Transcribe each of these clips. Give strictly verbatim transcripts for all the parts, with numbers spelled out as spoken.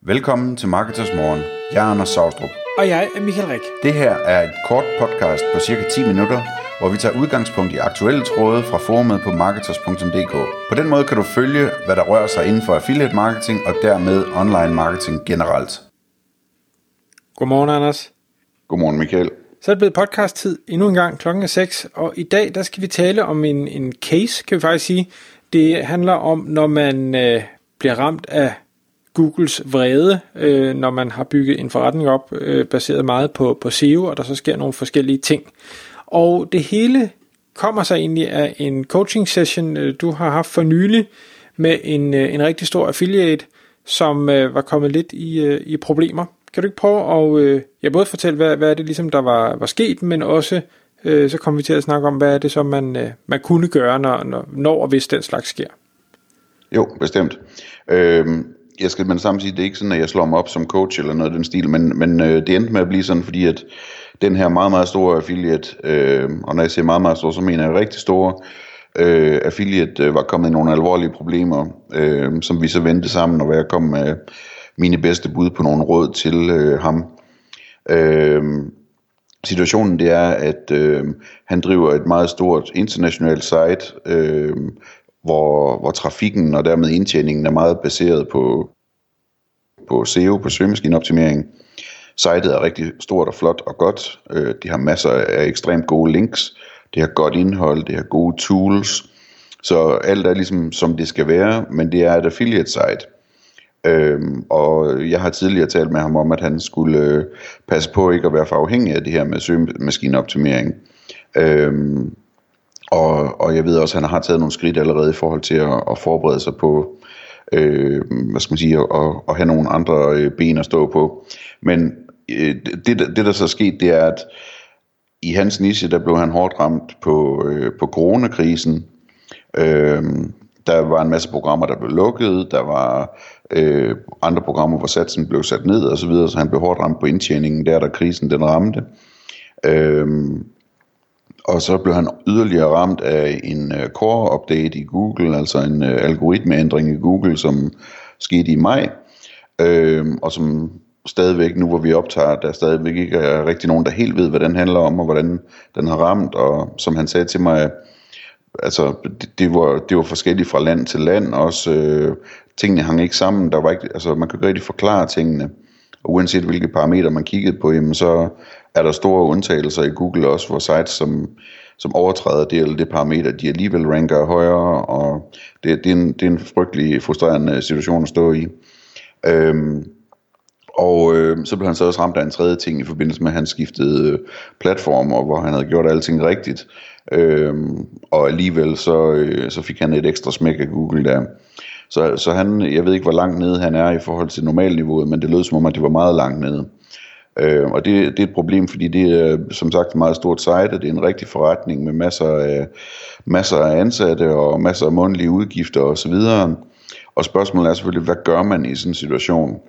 Velkommen til Marketers Morgen. Jeg er Anders Saustrup. Og jeg er Michael Rik. Det her er et kort podcast på cirka ti minutter, hvor vi tager udgangspunkt i aktuelle tråde fra forumet på marketers punktum d k. På den måde kan du følge, hvad der rører sig inden for affiliate marketing og dermed online marketing generelt. Godmorgen, Anders. Godmorgen, Michael. Så er det blevet podcast-tid endnu en gang. Klokken er seks, og i dag der skal vi tale om en, en case, kan vi faktisk sige. Det handler om, når man øh, bliver ramt af Googles vrede, øh, når man har bygget en forretning op, øh, baseret meget på, på S E O, og der så sker nogle forskellige ting. Og det hele kommer så egentlig af en coaching session, øh, du har haft for nylig, med en, øh, en rigtig stor affiliate, som øh, var kommet lidt i, øh, i problemer. Kan du ikke prøve at øh, ja, både fortælle, hvad, hvad er det ligesom, der var, var sket, men også øh, så kommer vi til at snakke om, hvad er det så, man, øh, man kunne gøre, når, når, når og hvis den slags sker. Jo, bestemt. Øhm, jeg skal med det samme sige, det er ikke sådan, at jeg slår mig op som coach eller noget af den stil, men, men øh, det endte med at blive sådan, fordi at den her meget, meget store affiliate, øh, og når jeg siger meget, meget stor, så mener jeg rigtig store øh, affiliate, øh, var kommet i nogle alvorlige problemer, øh, som vi så vendte sammen, og hvor jeg kom med mine bedste bud på nogle råd til øh, ham. Øh, situationen det er, at øh, han driver et meget stort internationalt site, øh, hvor, hvor trafikken og dermed indtjeningen er meget baseret på, på S E O, på søgemaskineoptimering. Sitet er rigtig stort og flot og godt. Øh, de har masser af ekstremt gode links. Det har godt indhold, det har gode tools. Så alt er ligesom som det skal være, men det er et affiliate site. Øhm, og jeg har tidligere talt med ham om, at han skulle øh, passe på ikke at være for afhængig af det her med søgemaskineoptimering. Øhm, og, og jeg ved også, at han har taget nogle skridt allerede i forhold til at, at forberede sig på, øh, hvad skal man sige, at, at have nogle andre øh, ben at stå på. Men øh, det, det der så er sket, det er, at i hans niche, der blev han hårdt ramt på, øh, på coronakrisen. Øhm, Der var en masse programmer, der blev lukket, der var øh, andre programmer, hvor satsen blev sat ned og så videre, så han blev hårdt ramt på indtjeningen, der da krisen den ramte. Øhm, og så blev han yderligere ramt af en uh, core-update i Google, altså en uh, algoritmeændring i Google, som skete i maj, øhm, og som stadigvæk, nu hvor vi optager, der stadigvæk ikke er rigtig nogen, der helt ved, hvad den handler om, og hvordan den har ramt, og som han sagde til mig, altså det, det var det var forskelligt fra land til land også. Øh, tingene hang ikke sammen. Der var ikke, altså man kan ikke rigtig forklare tingene. Og uanset hvilke parametre man kiggede på, jamen så er der store undtagelser i Google også for sites som som overtræder det eller det parameter, de alligevel ranker højere, og det, det er en det er en frygtelig frustrerende situation at stå i. Øhm, Og øh, så blev han så også ramt af en tredje ting i forbindelse med, at han skiftede øh, platform, og hvor han havde gjort alting rigtigt. Øhm, og alligevel så, øh, så fik han et ekstra smæk af Google der. Så, så han, jeg ved ikke, hvor langt nede han er i forhold til normalniveauet, men det lød som om, at det var meget langt nede. Øh, og det, det er et problem, fordi det er som sagt et meget stort site, og det er en rigtig forretning med masser af, masser af ansatte og masser af månedlige udgifter osv. Og spørgsmålet er selvfølgelig, hvad gør man i sådan en situation?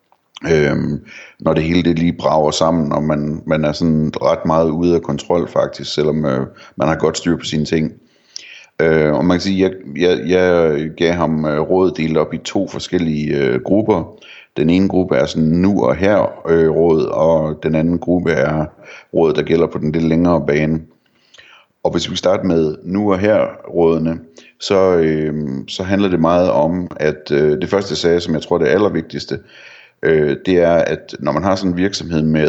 Øhm, når det hele det lige brager sammen, og man, man er sådan ret meget ude af kontrol faktisk, selvom øh, man har godt styr på sine ting. Øh, og man kan sige, jeg, jeg, jeg gav ham øh, råd delt op i to forskellige øh, grupper. Den ene gruppe er sådan nu og her øh, råd, og den anden gruppe er råd, der gælder på den lidt længere bane. Og hvis vi starter med nu og her rådene, så, øh, så handler det meget om, at øh, det første jeg sagde, som jeg tror det er allervigtigste, Øh, det er, at når man har sådan en virksomhed med,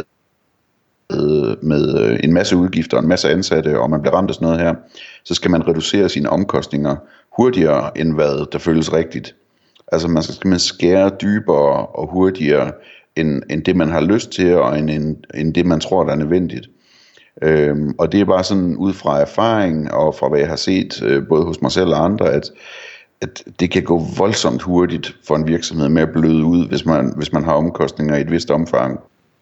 med en masse udgifter og en masse ansatte, og man bliver ramt af sådan noget her, så skal man reducere sine omkostninger hurtigere, end hvad der føles rigtigt. Altså man skal man skære dybere og hurtigere, end, end det man har lyst til, og end, end, end det man tror, der er nødvendigt. Øhm, og det er bare sådan ud fra erfaring, og fra hvad jeg har set, øh, både hos mig selv og andre, at at det kan gå voldsomt hurtigt for en virksomhed med at bløde ud, hvis man, hvis man har omkostninger i et vist omfang.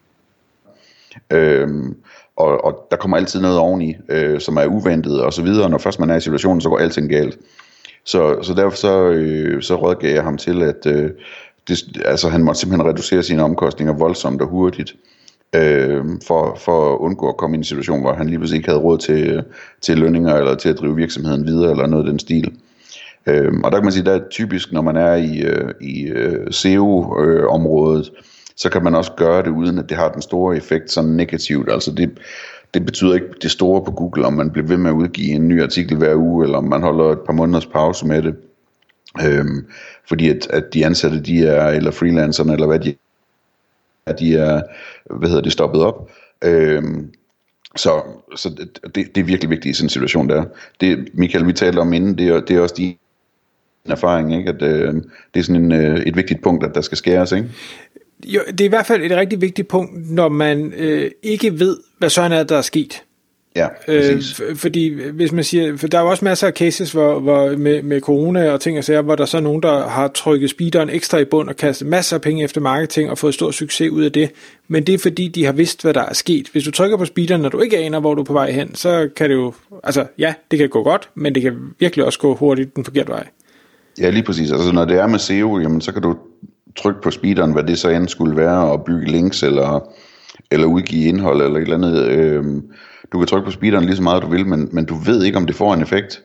Øhm, og, og der kommer altid noget oveni, øh, som er uventet og så videre. Når først man er i situationen, så går alting galt. Så, så derfor så, øh, så rådgav jeg ham til, at øh, det, altså, han måtte simpelthen reducere sine omkostninger voldsomt og hurtigt, øh, for, for at undgå at komme i en situation, hvor han lige pludselig ikke havde råd til, til lønninger, eller til at drive virksomheden videre, eller noget af den stil. Øhm, og der kan man sige, der er typisk, når man er i, øh, i øh, S E O-området, øh, så kan man også gøre det, uden at det har den store effekt sådan negativt. Altså det, det betyder ikke det store på Google, om man bliver ved med at udgive en ny artikel hver uge, eller om man holder et par måneders pause med det. Øhm, fordi at, at de ansatte, de er, eller freelancerne, eller hvad de er, de er, hvad hedder det, stoppet op. Øhm, så så det, det er virkelig vigtigt i sådan en situation der. Det, Michael, vi talte om inden, det er, det er også din erfaring, ikke? At øh, det er sådan en, øh, et vigtigt punkt, at der skal skæres, ikke? Jo, det er i hvert fald et rigtig vigtigt punkt, når man øh, ikke ved, hvad sådan er, der er sket. Ja, præcis. Øh, fordi hvis man siger, for der er jo også masser af cases hvor, hvor med, med corona og ting og sager, hvor der så er nogen, der har trykket speederen ekstra i bund og kastet masser af penge efter marketing og fået stor succes ud af det. Men det er fordi, de har vidst, hvad der er sket. Hvis du trykker på speederen, når du ikke aner, hvor du er på vej hen, så kan det jo, altså ja, det kan gå godt, men det kan virkelig også gå hurtigt den forkerte vej. Ja, lige præcis. Altså når det er med S E O, jamen så kan du trykke på speederen, hvad det så end skulle være, og bygge links, eller, eller udgive indhold, eller et eller andet. Øhm, du kan trykke på speederen lige så meget du vil, men, men du ved ikke, om det får en effekt.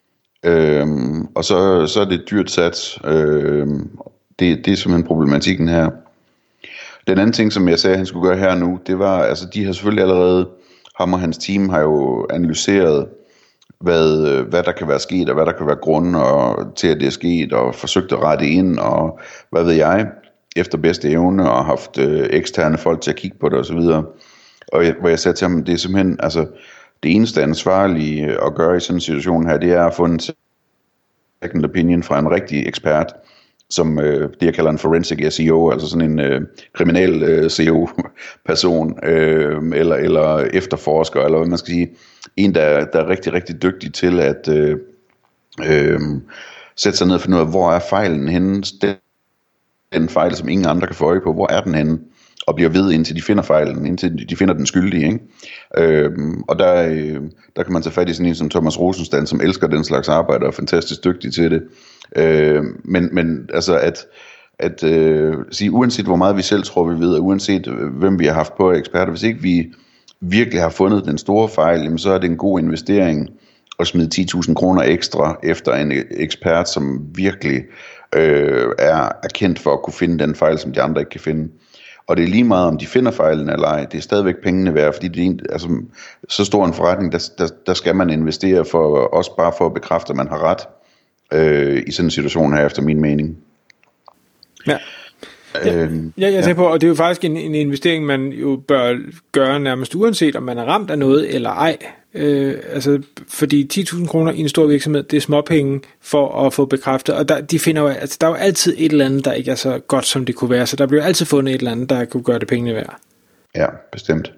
Øhm, og så, så er det et dyrt sats. Øhm, det, det er simpelthen problematikken her. Den anden ting, som jeg sagde, han skulle gøre her nu, det var, altså de har selvfølgelig allerede, ham og hans team har jo analyseret, hvad, hvad der kan være sket, og hvad der kan være grunden og, til, at det er sket, og forsøgt at rette ind, og hvad ved jeg, efter bedste evne, og haft øh, eksterne folk til at kigge på det osv. Og jeg, hvor jeg sagde til ham, det er simpelthen, altså det eneste ansvarlige at gøre i sådan en situation her, det er at få en second opinion fra en rigtig ekspert, som øh, det jeg kalder en forensic S E O, altså sådan en øh, kriminel øh, S E O-person, øh, eller, eller efterforsker, eller hvad man skal sige, en der, der er rigtig, rigtig dygtig til at øh, øh, sætte sig ned og finde ud af, hvor er fejlen henne, den, den fejl, som ingen andre kan få øje på, hvor er den henne, og bliver ved, indtil de finder fejlen, indtil de finder den skyldige, ikke? Øhm, og der, øh, der kan man tage fat i sådan en som Thomas Rosenstand, som elsker den slags arbejde, og er fantastisk dygtig til det. Øh, men, men altså at, at øh, sige, uanset hvor meget vi selv tror vi ved, og uanset hvem vi har haft på eksperter, hvis ikke vi virkelig har fundet den store fejl, jamen, så er det en god investering at smide ti tusind kroner ekstra efter en ekspert, som virkelig øh, er, er kendt for at kunne finde den fejl, som de andre ikke kan finde. Og det er lige meget, om de finder fejlen eller ej, det er stadigvæk pengene værd, fordi det er en, altså, så stor en forretning, der, der, der skal man investere for, også bare for at bekræfte, at man har ret øh, i sådan en situation her, efter min mening. Ja. Ja, øhm, ja, jeg tænker på, og det er jo faktisk en, en investering, man jo bør gøre nærmest uanset, om man er ramt af noget eller ej. Øh, altså, fordi ti tusind kroner i en stor virksomhed, det er småpenge for at få bekræftet, og der, de finder jo, altså, der er jo altid et eller andet, der ikke er så godt, som det kunne være, så der bliver altid fundet et eller andet, der kunne gøre det pengene værd. Ja, bestemt.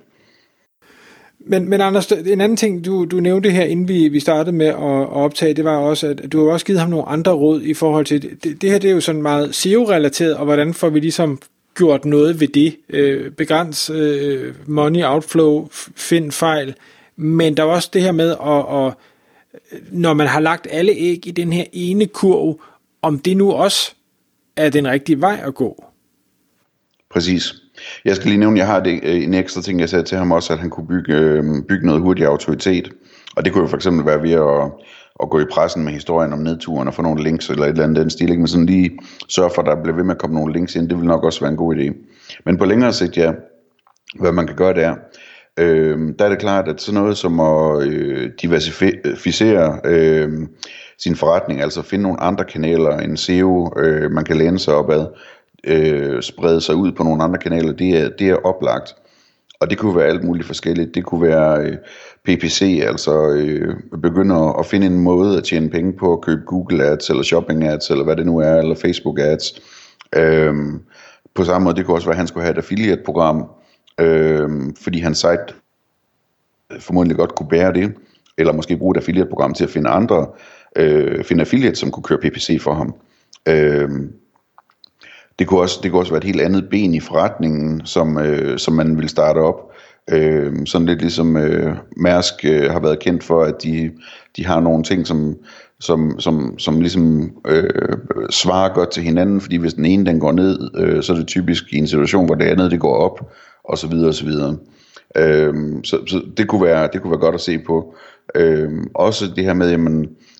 Men, men Anders, en anden ting, du, du nævnte her, inden vi, vi startede med at, at optage, det var også, at du har også givet ham nogle andre råd i forhold til, det, det her det er jo sådan meget S E O-relateret, og hvordan får vi ligesom gjort noget ved det, øh, begræns øh, money outflow, find fejl, men der er også det her med, at, at, når man har lagt alle æg i den her ene kurv, om det nu også er den rigtige vej at gå. Præcis. Jeg skal lige nævne, at jeg har det, en ekstra ting, jeg sagde til ham også, at han kunne bygge, øh, bygge noget hurtig autoritet. Og det kunne jo for eksempel være ved at, at gå i pressen med historien om nedturen og få nogle links eller et eller andet den stil. Men sådan lige sørge for, at der bliver ved med at komme nogle links ind, det vil nok også være en god idé. Men på længere sigt, ja, hvad man kan gøre der, øh, der er det klart, at sådan noget som at øh, diversificere øh, sin forretning, altså finde nogle andre kanaler end S E O, øh, man kan læne sig op ad, Øh, sprede sig ud på nogle andre kanaler, det er, det er oplagt. Og det kunne være alt muligt forskelligt. Det kunne være øh, P P C, altså øh, begynde at, at finde en måde at tjene penge på at købe Google Ads, eller Shopping Ads, eller hvad det nu er, eller Facebook Ads. Øh, på samme måde, det kunne også være, at han skulle have et affiliate-program, øh, fordi hans site formodentlig godt kunne bære det, eller måske bruge et affiliate-program til at finde andre, øh, finde affiliates, som kunne køre P P C for ham. Øh, Det kunne, også, det kunne også være et helt andet ben i forretningen, som, øh, som man vil starte op. Øh, sådan lidt ligesom øh, Mærsk øh, har været kendt for, at de, de har nogle ting, som, som, som, som ligesom øh, svarer godt til hinanden, fordi hvis den ene den går ned, øh, så er det typisk i en situation, hvor det andet det går op, og så videre og så videre. Øh, så, så det kunne være, det kunne være godt at se på. Øh, også det her med, jamen,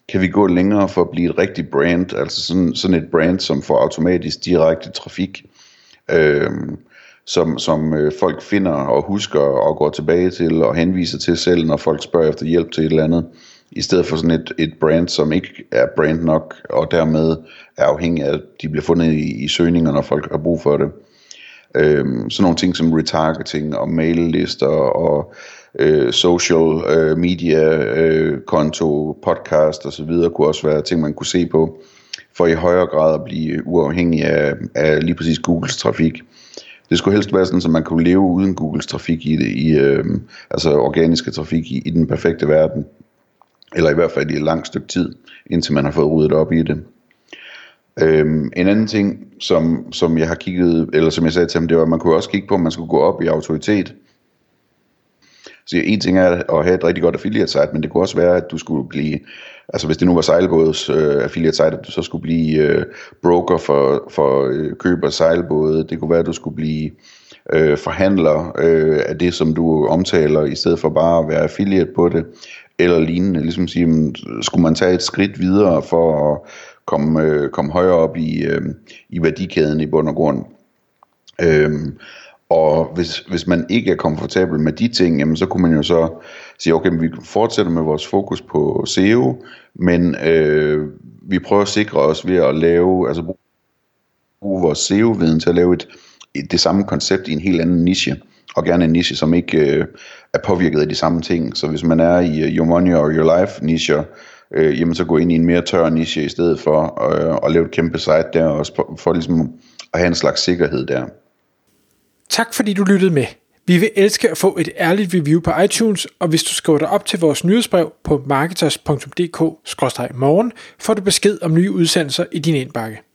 kan vi gå længere for at blive et rigtigt brand, altså sådan, sådan et brand, som får automatisk direkte trafik, øh, som, som øh, folk finder og husker og går tilbage til og henviser til selv, når folk spørger efter hjælp til et eller andet, i stedet for sådan et, et brand, som ikke er brand nok, og dermed er afhængig af, at de bliver fundet i, i søgninger, når folk har brug for det. Øhm, sådan nogle ting som retargeting og maillister og øh, social øh, media øh, konto, podcast og så videre kunne også være ting, man kunne se på, for i højere grad at blive uafhængig af, af lige præcis Googles trafik. Det skulle helst være sådan, at man kunne leve uden Googles trafik i det, i, øh, altså organiske trafik i, i den perfekte verden, eller i hvert fald i et langt stykke tid, indtil man har fået ryddet op i det. Øhm, en anden ting, som, som jeg har kigget, eller som jeg sagde til ham, det var, at man kunne også kigge på, om man skulle gå op i autoritet. Så en ting er at have et rigtig godt affiliate site, men det kunne også være, at du skulle blive, altså hvis det nu var sejlbåds øh, affiliate site, at du så skulle blive øh, broker for, for øh, køb af sejlbåde. Det kunne være, at du skulle blive øh, forhandler øh, af det, som du omtaler, i stedet for bare at være affiliate på det, eller lignende. Ligesom sige, skulle man tage et skridt videre for at komme, øh, komme højere op i, øh, i værdikæden i bund og grund. Øhm, og hvis, hvis man ikke er komfortabel med de ting, jamen, så kunne man jo så sige, okay, vi fortsætter med vores fokus på S E O, men øh, vi prøver at sikre os ved at lave, altså bruge vores S E O-viden til at lave et, et, det samme koncept i en helt anden niche, og gerne en niche, som ikke øh, er påvirket af de samme ting. Så hvis man er i uh, Your Money or Your Life nicher, øh, jamen så gå ind i en mere tør niche i stedet for øh, at lave et kæmpe site der, og for, for ligesom at have en slags sikkerhed der. Tak fordi du lyttede med. Vi vil elske at få et ærligt review på iTunes, og hvis du skriver dig op til vores nyhedsbrev på marketers punktum d k skråstreg morgen, får du besked om nye udsendelser i din indbakke.